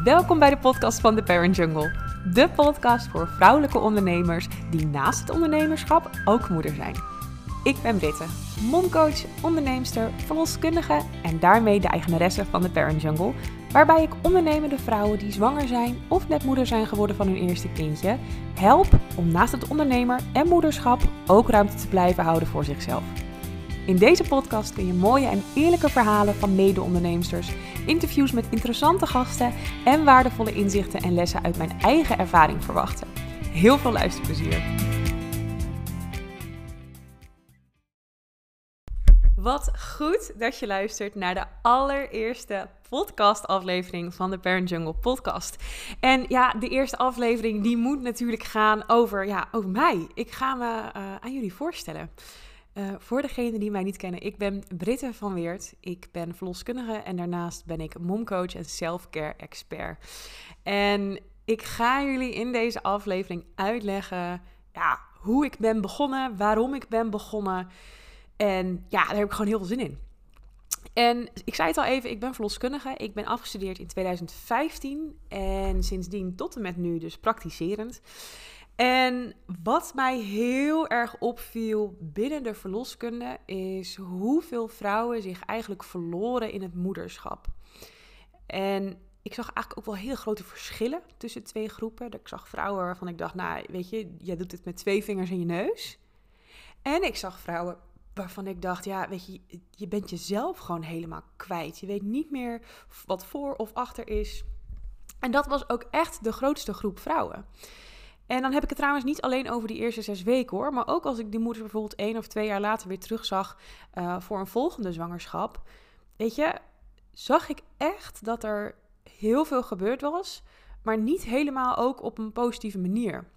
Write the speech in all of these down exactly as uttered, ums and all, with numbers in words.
Welkom bij de podcast van The Parent Jungle. De podcast voor vrouwelijke ondernemers die naast het ondernemerschap ook moeder zijn. Ik ben Britte, momcoach, onderneemster, verloskundige en daarmee de eigenaresse van The Parent Jungle, waarbij ik ondernemende vrouwen die zwanger zijn of net moeder zijn geworden van hun eerste kindje, help om naast het ondernemer en moederschap ook ruimte te blijven houden voor zichzelf. In deze podcast kun je mooie en eerlijke verhalen van mede-onderneemsters, interviews met interessante gasten en waardevolle inzichten en lessen uit mijn eigen ervaring verwachten. Heel veel luisterplezier! Wat goed dat je luistert naar de allereerste podcastaflevering van de Parent Jungle podcast. En ja, de eerste aflevering die moet natuurlijk gaan over, ja, over mij. Ik ga me uh, aan jullie voorstellen. Uh, voor degenen die mij niet kennen, ik ben Britte van Weert. Ik ben verloskundige en daarnaast ben ik momcoach en self-care expert. En ik ga jullie in deze aflevering uitleggen ja, hoe ik ben begonnen, waarom ik ben begonnen. En ja, daar heb ik gewoon heel veel zin in. En ik zei het al even, ik ben verloskundige. Ik ben afgestudeerd in tweeduizend vijftien en sindsdien tot en met nu dus praktiserend. En wat mij heel erg opviel binnen de verloskunde is hoeveel vrouwen zich eigenlijk verloren in het moederschap. En ik zag eigenlijk ook wel heel grote verschillen tussen twee groepen. Ik zag vrouwen waarvan ik dacht, nou weet je, jij doet het met twee vingers in je neus. En ik zag vrouwen waarvan ik dacht, ja weet je, je bent jezelf gewoon helemaal kwijt. Je weet niet meer wat voor of achter is. En dat was ook echt de grootste groep vrouwen. En dan heb ik het trouwens niet alleen over die eerste zes weken hoor. Maar ook als ik die moeder bijvoorbeeld één of twee jaar later weer terugzag uh, voor een volgende zwangerschap. Weet je, zag ik echt dat er heel veel gebeurd was. Maar niet helemaal ook op een positieve manier.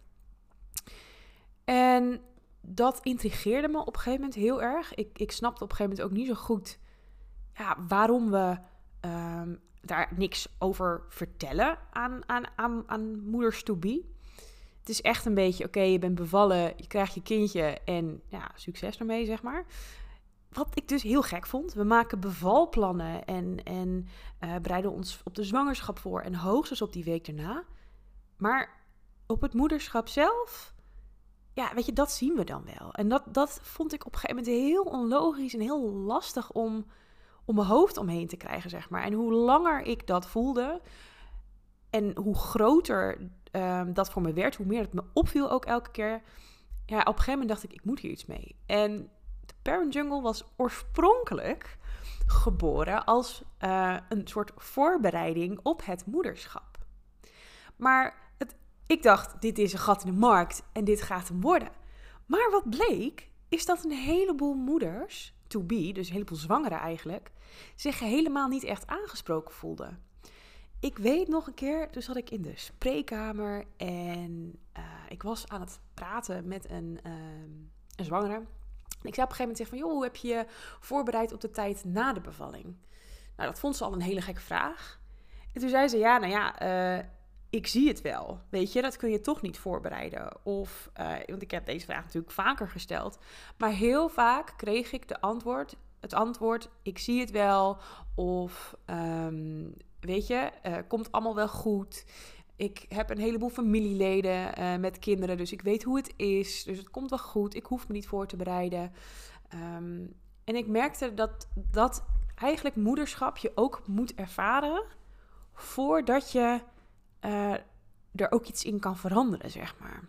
En dat intrigeerde me op een gegeven moment heel erg. Ik, ik snapte op een gegeven moment ook niet zo goed ja, waarom we uh, daar niks over vertellen aan, aan, aan, aan moeders to be. Het is echt een beetje, oké, okay, je bent bevallen, je krijgt je kindje en ja, succes ermee, zeg maar. Wat ik dus heel gek vond, we maken bevalplannen en, en uh, bereiden ons op de zwangerschap voor en hoogstens op die week daarna. Maar op het moederschap zelf, ja, weet je, dat zien we dan wel. En dat, dat vond ik op een gegeven moment heel onlogisch en heel lastig om, om mijn hoofd omheen te krijgen, zeg maar. En hoe langer ik dat voelde en hoe groter Um, dat voor me werd, hoe meer het me opviel ook elke keer. Ja, op een gegeven moment dacht ik, ik moet hier iets mee. En de Parent Jungle was oorspronkelijk geboren als uh, een soort voorbereiding op het moederschap. Maar het, ik dacht, dit is een gat in de markt en dit gaat hem worden. Maar wat bleek, is dat een heleboel moeders, to be, dus een heleboel zwangeren eigenlijk, zich helemaal niet echt aangesproken voelden. Ik weet nog een keer, toen zat ik in de spreekkamer en uh, ik was aan het praten met een, uh, een zwangere. En ik zei op een gegeven moment tegen van, joh, hoe heb je je voorbereid op de tijd na de bevalling? Nou, dat vond ze al een hele gekke vraag. En toen zei ze, ja, nou ja, uh, ik zie het wel. Weet je, dat kun je toch niet voorbereiden. Of, uh, want ik heb deze vraag natuurlijk vaker gesteld. Maar heel vaak kreeg ik de antwoord, het antwoord, ik zie het wel. Of... Um, Weet je, uh, komt allemaal wel goed. Ik heb een heleboel familieleden uh, met kinderen, dus ik weet hoe het is. Dus het komt wel goed. Ik hoef me niet voor te bereiden. Um, en ik merkte dat, dat eigenlijk moederschap je ook moet ervaren voordat je uh, er ook iets in kan veranderen, zeg maar.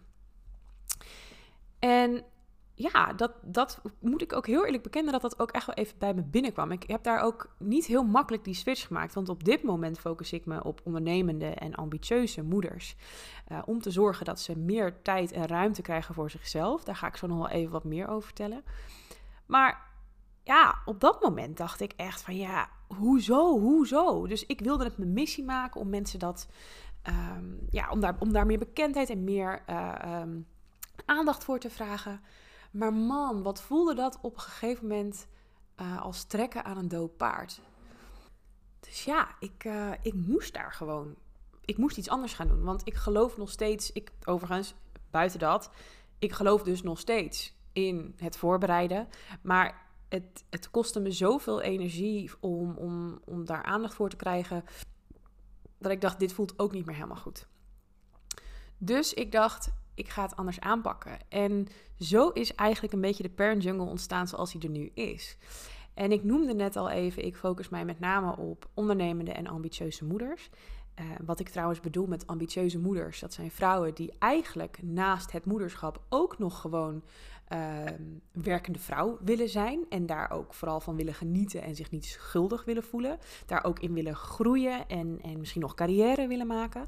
En ja, dat, dat moet ik ook heel eerlijk bekennen dat dat ook echt wel even bij me binnenkwam. Ik heb daar ook niet heel makkelijk die switch gemaakt. Want op dit moment focus ik me op ondernemende en ambitieuze moeders. Uh, om te zorgen dat ze meer tijd en ruimte krijgen voor zichzelf. Daar ga ik zo nog wel even wat meer over vertellen. Maar ja, op dat moment dacht ik echt van ja, hoezo, hoezo? Dus ik wilde het mijn missie maken om mensen dat... Um, ja, om daar, om daar meer bekendheid en meer uh, um, aandacht voor te vragen... Maar man, wat voelde dat op een gegeven moment uh, als trekken aan een dood paard. Dus ja, ik, uh, ik moest daar gewoon, ik moest iets anders gaan doen. Want ik geloof nog steeds, ik, overigens, buiten dat, ik geloof dus nog steeds in het voorbereiden. Maar het, het kostte me zoveel energie om, om, om daar aandacht voor te krijgen. dat ik dacht, dit voelt ook niet meer helemaal goed. Dus ik dacht, ik ga het anders aanpakken. En zo is eigenlijk een beetje de Parent Jungle ontstaan zoals hij er nu is. En ik noemde net al even, ik focus mij met name op ondernemende en ambitieuze moeders. Uh, wat ik trouwens bedoel met ambitieuze moeders, dat zijn vrouwen die eigenlijk naast het moederschap ook nog gewoon uh, werkende vrouw willen zijn. En daar ook vooral van willen genieten en zich niet schuldig willen voelen. Daar ook in willen groeien en, en misschien nog carrière willen maken.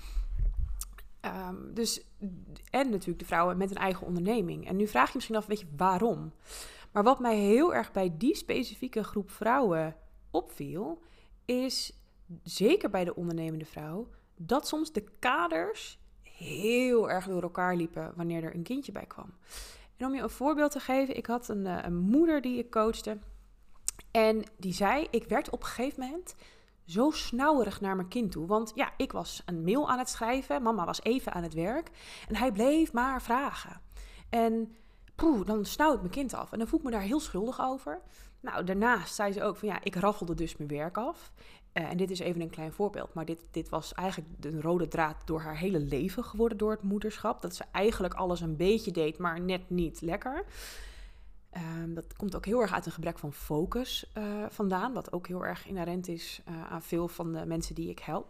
Um, dus, en natuurlijk de vrouwen met een eigen onderneming. En nu vraag je misschien af, weet je, waarom? Maar wat mij heel erg bij die specifieke groep vrouwen opviel, is zeker bij de ondernemende vrouw, dat soms de kaders heel erg door elkaar liepen wanneer er een kindje bij kwam. En om je een voorbeeld te geven, ik had een, een moeder die ik coachte en die zei, ik werd op een gegeven moment zo snauwerig naar mijn kind toe. Want ja, ik was een mail aan het schrijven, mama was even aan het werk en hij bleef maar vragen. En poeh, dan snauwt mijn kind af en dan voel ik me daar heel schuldig over. Nou, daarnaast zei ze ook van ja, ik raffelde dus mijn werk af. Uh, en dit is even een klein voorbeeld, maar dit, dit was eigenlijk de rode draad door haar hele leven geworden door het moederschap. Dat ze eigenlijk alles een beetje deed, maar net niet lekker. Um, dat komt ook heel erg uit een gebrek van focus uh, vandaan, wat ook heel erg inherent is uh, aan veel van de mensen die ik help.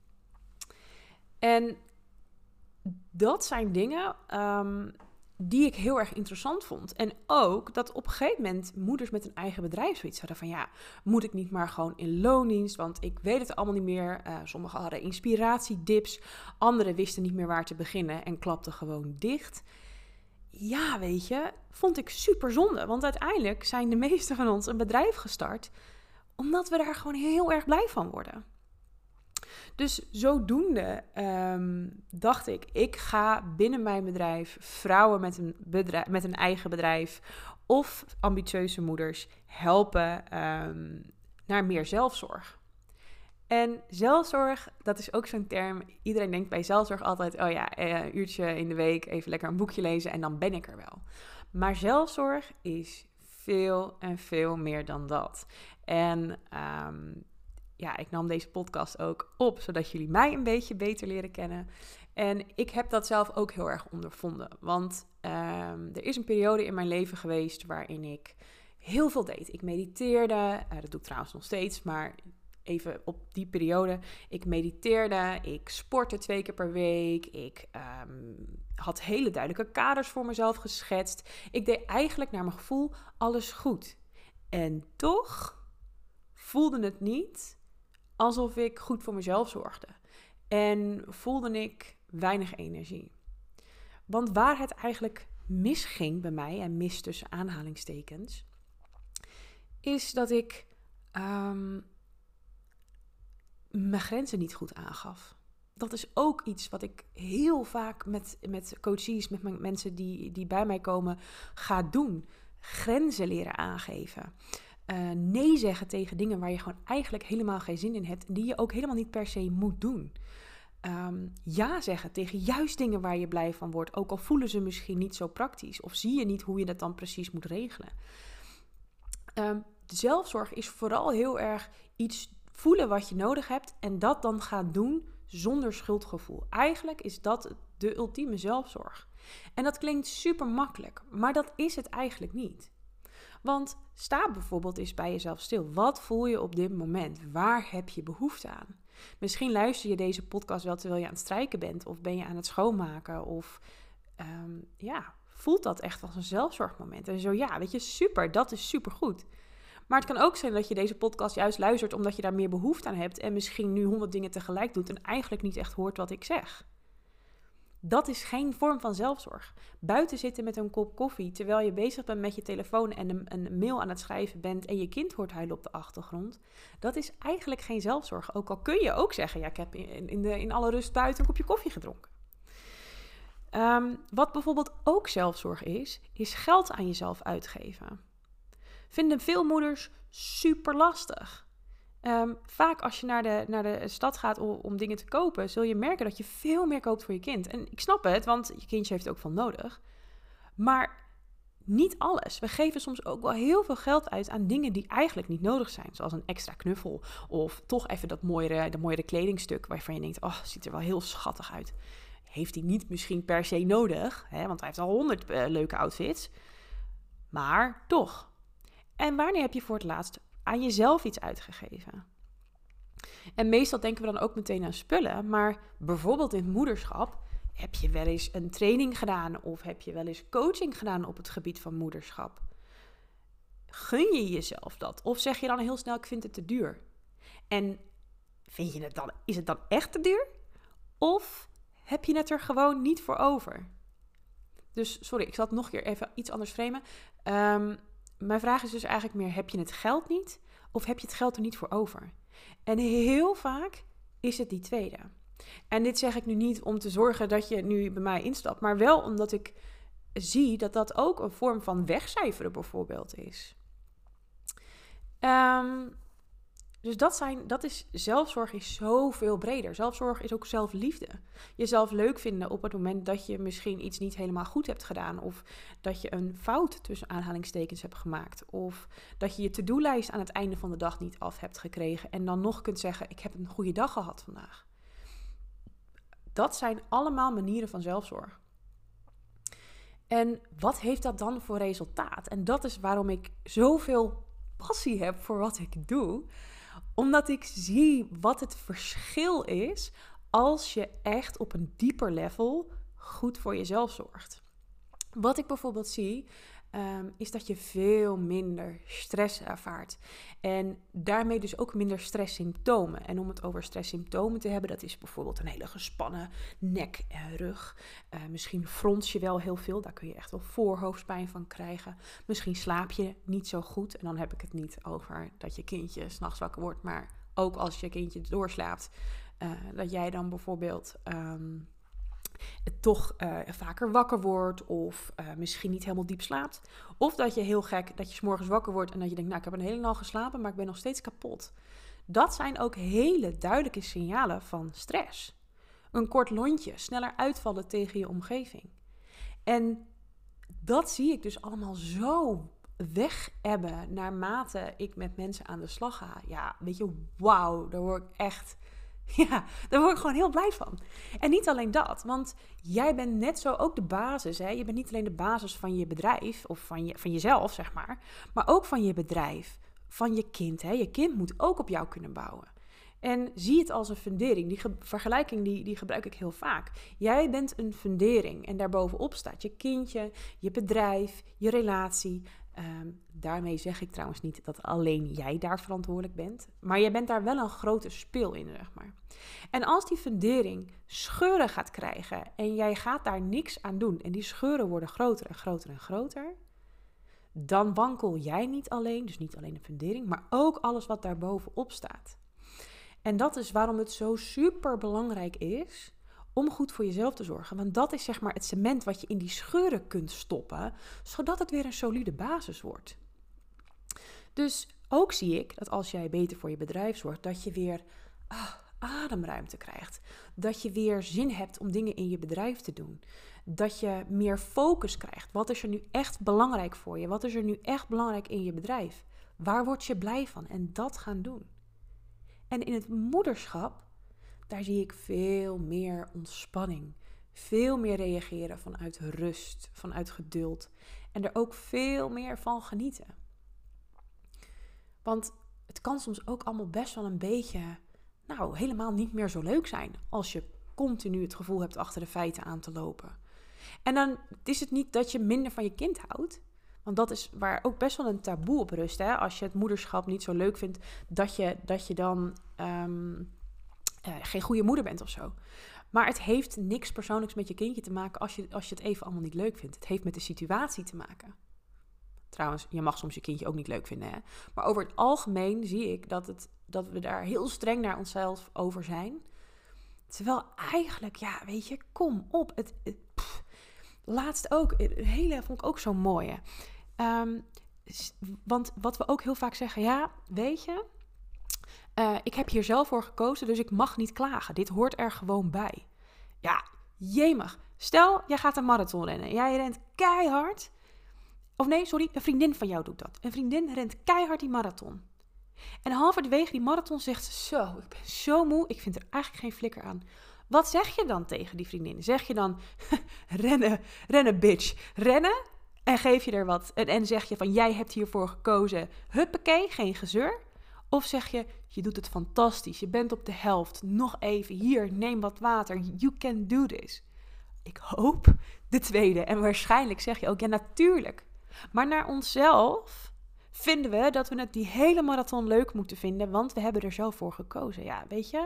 En dat zijn dingen um, die ik heel erg interessant vond. En ook dat op een gegeven moment moeders met een eigen bedrijf zoiets hadden van ja, moet ik niet maar gewoon in loondienst, want ik weet het allemaal niet meer. Uh, sommigen hadden inspiratiedips, anderen wisten niet meer waar te beginnen en klapten gewoon dicht. Ja, weet je, vond ik super zonde. Want uiteindelijk zijn de meesten van ons een bedrijf gestart omdat we daar gewoon heel erg blij van worden. Dus zodoende um, dacht ik, ik ga binnen mijn bedrijf vrouwen met een, bedrijf, met een eigen bedrijf of ambitieuze moeders helpen um, naar meer zelfzorg. En zelfzorg, dat is ook zo'n term. Iedereen denkt bij zelfzorg altijd, oh ja, een uurtje in de week even lekker een boekje lezen en dan ben ik er wel. Maar zelfzorg is veel en veel meer dan dat. En um, ja, ik nam deze podcast ook op, zodat jullie mij een beetje beter leren kennen. En ik heb dat zelf ook heel erg ondervonden. Want um, er is een periode in mijn leven geweest waarin ik heel veel deed. Ik mediteerde, uh, dat doe ik trouwens nog steeds, maar even op die periode. Ik mediteerde, ik sportte twee keer per week. Ik um, had hele duidelijke kaders voor mezelf geschetst. Ik deed eigenlijk naar mijn gevoel alles goed. En toch voelde het niet alsof ik goed voor mezelf zorgde. En voelde ik weinig energie. Want waar het eigenlijk misging bij mij, en mis tussen aanhalingstekens, is dat ik um, mijn grenzen niet goed aangaf. Dat is ook iets wat ik heel vaak met, met coaches, met mijn, mensen die, die bij mij komen, ga doen. Grenzen leren aangeven. Uh, nee zeggen tegen dingen waar je gewoon eigenlijk helemaal geen zin in hebt. En die je ook helemaal niet per se moet doen. Um, ja zeggen tegen juist dingen waar je blij van wordt. Ook al voelen ze misschien niet zo praktisch. Of zie je niet hoe je dat dan precies moet regelen. Um, zelfzorg is vooral heel erg iets voelen wat je nodig hebt. En dat dan gaan doen zonder schuldgevoel. Eigenlijk is dat de ultieme zelfzorg. En dat klinkt super makkelijk. Maar dat is het eigenlijk niet. Want sta bijvoorbeeld eens bij jezelf stil. Wat voel je op dit moment? Waar heb je behoefte aan? Misschien luister je deze podcast wel terwijl je aan het strijken bent. Of ben je aan het schoonmaken. Of um, ja, voelt dat echt als een zelfzorgmoment. En zo ja, weet je, super, dat is supergoed. Maar het kan ook zijn dat je deze podcast juist luistert omdat je daar meer behoefte aan hebt. En misschien nu honderd dingen tegelijk doet en eigenlijk niet echt hoort wat ik zeg. Dat is geen vorm van zelfzorg. Buiten zitten met een kop koffie terwijl je bezig bent met je telefoon en een, een mail aan het schrijven bent en je kind hoort huilen op de achtergrond. Dat is eigenlijk geen zelfzorg. Ook al kun je ook zeggen, ja, ik heb in, in, de, in alle rust buiten een kopje koffie gedronken. Um, wat bijvoorbeeld ook zelfzorg is, is geld aan jezelf uitgeven. Vinden veel moeders super lastig. Um, vaak als je naar de, naar de stad gaat om, om dingen te kopen, zul je merken dat je veel meer koopt voor je kind. En ik snap het, want je kindje heeft ook veel nodig. Maar niet alles. We geven soms ook wel heel veel geld uit aan dingen die eigenlijk niet nodig zijn. Zoals een extra knuffel of toch even dat mooiere, dat mooiere kledingstuk waarvan je denkt, oh, ziet er wel heel schattig uit. Heeft hij niet misschien per se nodig, hè, want hij heeft al honderd uh, leuke outfits. Maar toch. En wanneer heb je voor het laatst aan jezelf iets uitgegeven? En meestal denken we dan ook meteen aan spullen, maar bijvoorbeeld in het moederschap, heb je wel eens een training gedaan of heb je wel eens coaching gedaan op het gebied van moederschap? Gun je jezelf dat? Of zeg je dan heel snel, ik vind het te duur? En vind je het dan, is het dan echt te duur? Of heb je het er gewoon niet voor over? Dus sorry, ik zal het nog een keer even iets anders framen. Um, mijn vraag is dus eigenlijk meer, heb je het geld niet? Of heb je het geld er niet voor over? En heel vaak is het die tweede. En dit zeg ik nu niet om te zorgen dat je nu bij mij instapt, maar wel omdat ik zie dat dat ook een vorm van wegcijferen bijvoorbeeld is. Um, dus dat, zijn, dat is, zelfzorg is zoveel breder. Zelfzorg is ook zelfliefde. Jezelf leuk vinden op het moment dat je misschien iets niet helemaal goed hebt gedaan. Of dat je een fout tussen aanhalingstekens hebt gemaakt. Of dat je je to-do-lijst aan het einde van de dag niet af hebt gekregen. En dan nog kunt zeggen, ik heb een goede dag gehad vandaag. Dat zijn allemaal manieren van zelfzorg. En wat heeft dat dan voor resultaat? En dat is waarom ik zoveel passie heb voor wat ik doe. Omdat ik zie wat het verschil is als je echt op een dieper level goed voor jezelf zorgt. Wat ik bijvoorbeeld zie, um, is dat je veel minder stress ervaart. En daarmee dus ook minder stresssymptomen. En om het over stresssymptomen te hebben, dat is bijvoorbeeld een hele gespannen nek en rug. Uh, misschien frons je wel heel veel, daar kun je echt wel voorhoofdpijn van krijgen. Misschien slaap je niet zo goed. En dan heb ik het niet over dat je kindje 's nachts wakker wordt, maar ook als je kindje doorslaapt. Uh, dat jij dan bijvoorbeeld Um, toch uh, vaker wakker wordt of uh, misschien niet helemaal diep slaapt. Of dat je heel gek, dat je 's morgens wakker wordt en dat je denkt, nou, ik heb een hele nacht geslapen, maar ik ben nog steeds kapot. Dat zijn ook hele duidelijke signalen van stress. Een kort lontje, sneller uitvallen tegen je omgeving. En dat zie ik dus allemaal zo wegebben naarmate ik met mensen aan de slag ga. Ja, weet je, wauw, daar word ik echt... Ja, daar word ik gewoon heel blij van. En niet alleen dat, want jij bent net zo ook de basis. Hè? Je bent niet alleen de basis van je bedrijf of van, je, van jezelf, zeg maar. Maar ook van je bedrijf, van je kind. Hè? Je kind moet ook op jou kunnen bouwen. En zie het als een fundering. Die ge- vergelijking die, die gebruik ik heel vaak. Jij bent een fundering en daarbovenop staat je kindje, je bedrijf, je relatie. Um, daarmee zeg ik trouwens niet dat alleen jij daar verantwoordelijk bent. Maar je bent daar wel een grote speel in, zeg maar. En als die fundering scheuren gaat krijgen en jij gaat daar niks aan doen en die scheuren worden groter en groter en groter, dan wankel jij niet alleen, dus niet alleen de fundering, maar ook alles wat daarbovenop staat. En dat is waarom het zo super belangrijk is om goed voor jezelf te zorgen. Want dat is zeg maar het cement wat je in die scheuren kunt stoppen, zodat het weer een solide basis wordt. Dus ook zie ik dat als jij beter voor je bedrijf zorgt, dat je weer ah, ademruimte krijgt. Dat je weer zin hebt om dingen in je bedrijf te doen. Dat je meer focus krijgt. Wat is er nu echt belangrijk voor je? Wat is er nu echt belangrijk in je bedrijf? Waar word je blij van? En dat gaan doen. En in het moederschap, daar zie ik veel meer ontspanning. Veel meer reageren vanuit rust, vanuit geduld. En er ook veel meer van genieten. Want het kan soms ook allemaal best wel een beetje, nou, helemaal niet meer zo leuk zijn. Als je continu het gevoel hebt achter de feiten aan te lopen. En dan is het niet dat je minder van je kind houdt. Want dat is waar ook best wel een taboe op rust. Hè? Als je het moederschap niet zo leuk vindt, dat je, dat je dan um, uh, geen goede moeder bent of zo. Maar het heeft niks persoonlijks met je kindje te maken als je, als je het even allemaal niet leuk vindt. Het heeft met de situatie te maken. Trouwens, je mag soms je kindje ook niet leuk vinden. Hè? Maar over het algemeen zie ik dat, het, dat we daar heel streng naar onszelf over zijn. Terwijl eigenlijk, ja, weet je, kom op. Het, het, pff, laatst ook, het hele vond ik ook zo mooi. Hè? Um, want wat we ook heel vaak zeggen, ja, weet je, uh, ik heb hier zelf voor gekozen, dus ik mag niet klagen. Dit hoort er gewoon bij. Ja, jemig. Stel, jij gaat een marathon rennen. Jij rent keihard. Of nee, sorry, een vriendin van jou doet dat. Een vriendin rent keihard die marathon. En halverwege die marathon zegt ze, zo, ik ben zo moe, ik vind er eigenlijk geen flikker aan. Wat zeg je dan tegen die vriendin? Zeg je dan, rennen, rennen bitch, rennen? En geef je er wat, en, en zeg je van, jij hebt hiervoor gekozen, huppakee, geen gezeur? Of zeg je, je doet het fantastisch, je bent op de helft, nog even, hier, neem wat water, you can do this. Ik hoop de tweede, en waarschijnlijk zeg je ook, ja natuurlijk. Maar naar onszelf vinden we dat we het die hele marathon leuk moeten vinden, want we hebben er zo voor gekozen. Ja, weet je,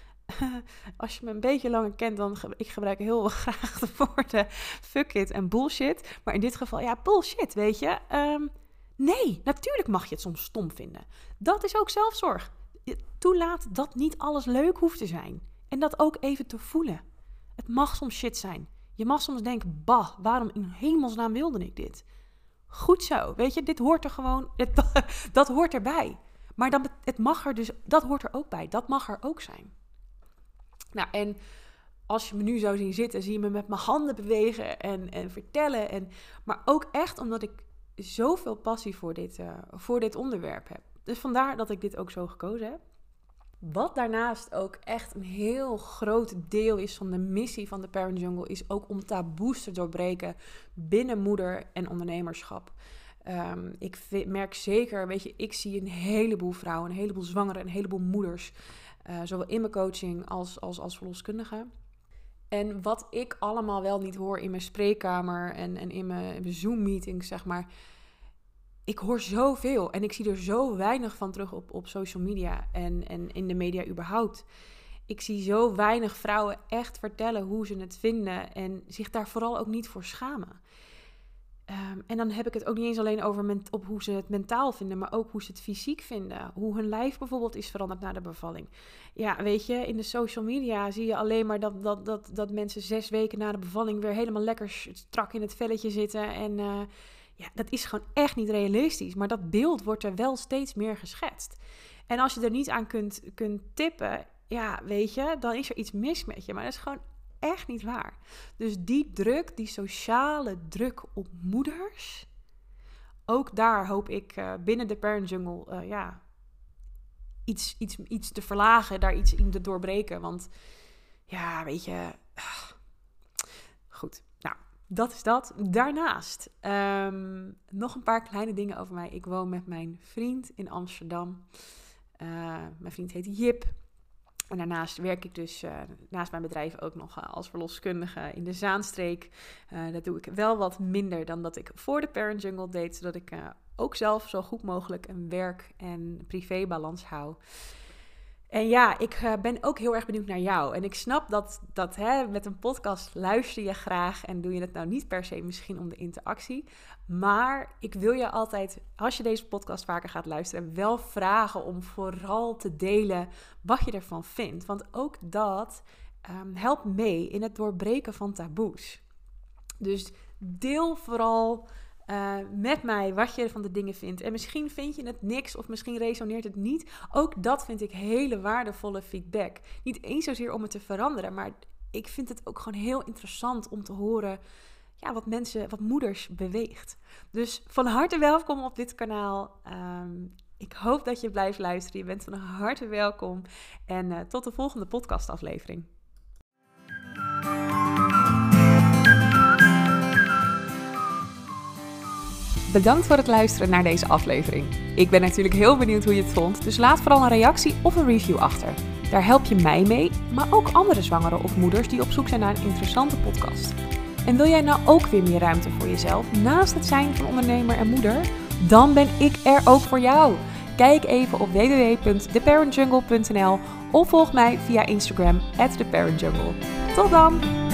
als je me een beetje langer kent, dan ge- ik gebruik heel graag de woorden fuck it en bullshit. Maar in dit geval, ja, bullshit, weet je. Um, nee, natuurlijk mag je het soms stom vinden. Dat is ook zelfzorg. Toelaat dat niet alles leuk hoeft te zijn. En dat ook even te voelen. Het mag soms shit zijn. Je mag soms denken, bah, waarom in hemelsnaam wilde ik dit? Goed zo, weet je, dit hoort er gewoon, het, dat hoort erbij. Maar dan, het mag er dus, dat hoort er ook bij. Dat mag er ook zijn. Nou, en als je me nu zou zien zitten, zie je me met mijn handen bewegen en, en vertellen. En, maar ook echt omdat ik zoveel passie voor dit, uh, voor dit onderwerp heb. Dus vandaar dat ik dit ook zo gekozen heb. Wat daarnaast ook echt een heel groot deel is van de missie van de Parent Jungle, is ook om taboes te doorbreken binnen moeder- en ondernemerschap. Um, ik v- merk zeker, weet je, ik zie een heleboel vrouwen, een heleboel zwangeren, een heleboel moeders, uh, zowel in mijn coaching als, als, als verloskundige. En wat ik allemaal wel niet hoor in mijn spreekkamer en, en in mijn, mijn Zoom-meetings, zeg maar. Ik hoor zoveel en ik zie er zo weinig van terug op, op social media en, en in de media überhaupt. Ik zie zo weinig vrouwen echt vertellen hoe ze het vinden en zich daar vooral ook niet voor schamen. Um, en dan heb ik het ook niet eens alleen over ment- op hoe ze het mentaal vinden, maar ook hoe ze het fysiek vinden. Hoe hun lijf bijvoorbeeld is veranderd na de bevalling. Ja, weet je, in de social media zie je alleen maar dat, dat, dat, dat mensen zes weken na de bevalling weer helemaal lekker strak in het velletje zitten. En uh, ja, dat is gewoon echt niet realistisch. Maar dat beeld wordt er wel steeds meer geschetst. En als je er niet aan kunt, kunt tippen, ja, weet je, dan is er iets mis met je. Maar dat is gewoon echt niet waar. Dus die druk, die sociale druk op moeders, ook daar hoop ik uh, binnen de Parent Jungle uh, ja, iets, iets, iets te verlagen, daar iets in te doorbreken. Want ja, weet je, uh, goed. Nou, dat is dat. Daarnaast um, nog een paar kleine dingen over mij. Ik woon met mijn vriend in Amsterdam. Uh, mijn vriend heet Jip. En daarnaast werk ik dus uh, naast mijn bedrijf ook nog uh, als verloskundige in de Zaanstreek. Uh, dat doe ik wel wat minder dan dat ik voor de Parent Jungle deed, zodat ik uh, ook zelf zo goed mogelijk een werk- en privébalans hou. En ja, ik uh, ben ook heel erg benieuwd naar jou. En ik snap dat, dat hè, met een podcast luister je graag en doe je het nou niet per se misschien om de interactie. Maar ik wil je altijd, als je deze podcast vaker gaat luisteren, wel vragen om vooral te delen wat je ervan vindt. Want ook dat um, helpt mee in het doorbreken van taboes. Dus deel vooral Uh, met mij wat je van de dingen vindt. En misschien vind je het niks of misschien resoneert het niet. Ook dat vind ik hele waardevolle feedback. Niet eens zozeer om het te veranderen, maar ik vind het ook gewoon heel interessant om te horen ja, wat mensen, wat moeders beweegt. Dus van harte welkom op dit kanaal. Um, ik hoop dat je blijft luisteren. Je bent van harte welkom. En uh, tot de volgende podcastaflevering. Bedankt voor het luisteren naar deze aflevering. Ik ben natuurlijk heel benieuwd hoe je het vond, dus laat vooral een reactie of een review achter. Daar help je mij mee, maar ook andere zwangeren of moeders die op zoek zijn naar een interessante podcast. En wil jij nou ook weer meer ruimte voor jezelf, naast het zijn van ondernemer en moeder? Dan ben ik er ook voor jou. Kijk even op w w w punt the parent jungle punt n l of volg mij via Instagram at the parent jungle. Tot dan!